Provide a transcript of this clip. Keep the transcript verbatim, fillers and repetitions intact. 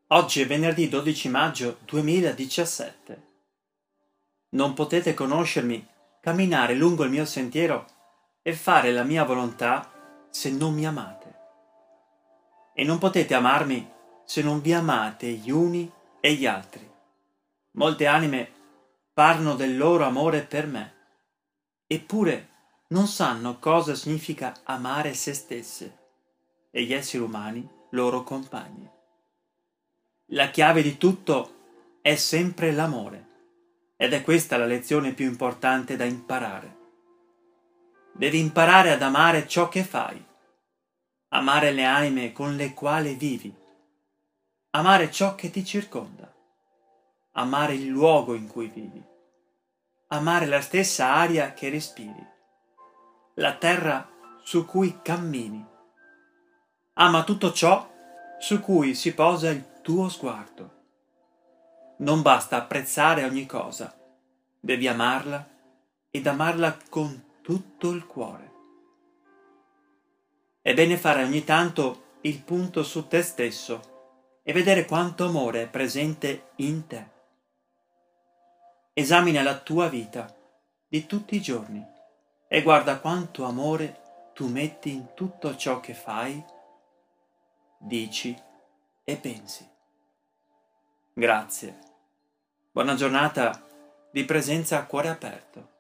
Oggi è venerdì dodici maggio duemiladiciassette. Non potete conoscermi, camminare lungo il mio sentiero e fare la mia volontà se non mi amate. E non potete amarmi se non vi amate gli uni e gli altri. Molte anime parlano del loro amore per me, eppure non sanno cosa significa amare se stesse e gli esseri umani loro compagni. La chiave di tutto è sempre l'amore, ed è questa la lezione più importante da imparare. Devi imparare ad amare ciò che fai, amare le anime con le quali vivi, amare ciò che ti circonda, amare il luogo in cui vivi, amare la stessa aria che respiri, la terra su cui cammini. Ama tutto ciò su cui si posa il tuo sguardo. Non basta apprezzare ogni cosa, devi amarla ed amarla con tutto il cuore. È bene fare ogni tanto il punto su te stesso e vedere quanto amore è presente in te. Esamina la tua vita di tutti i giorni e guarda quanto amore tu metti in tutto ciò che fai, dici e pensi. Grazie. Buona giornata di presenza a cuore aperto.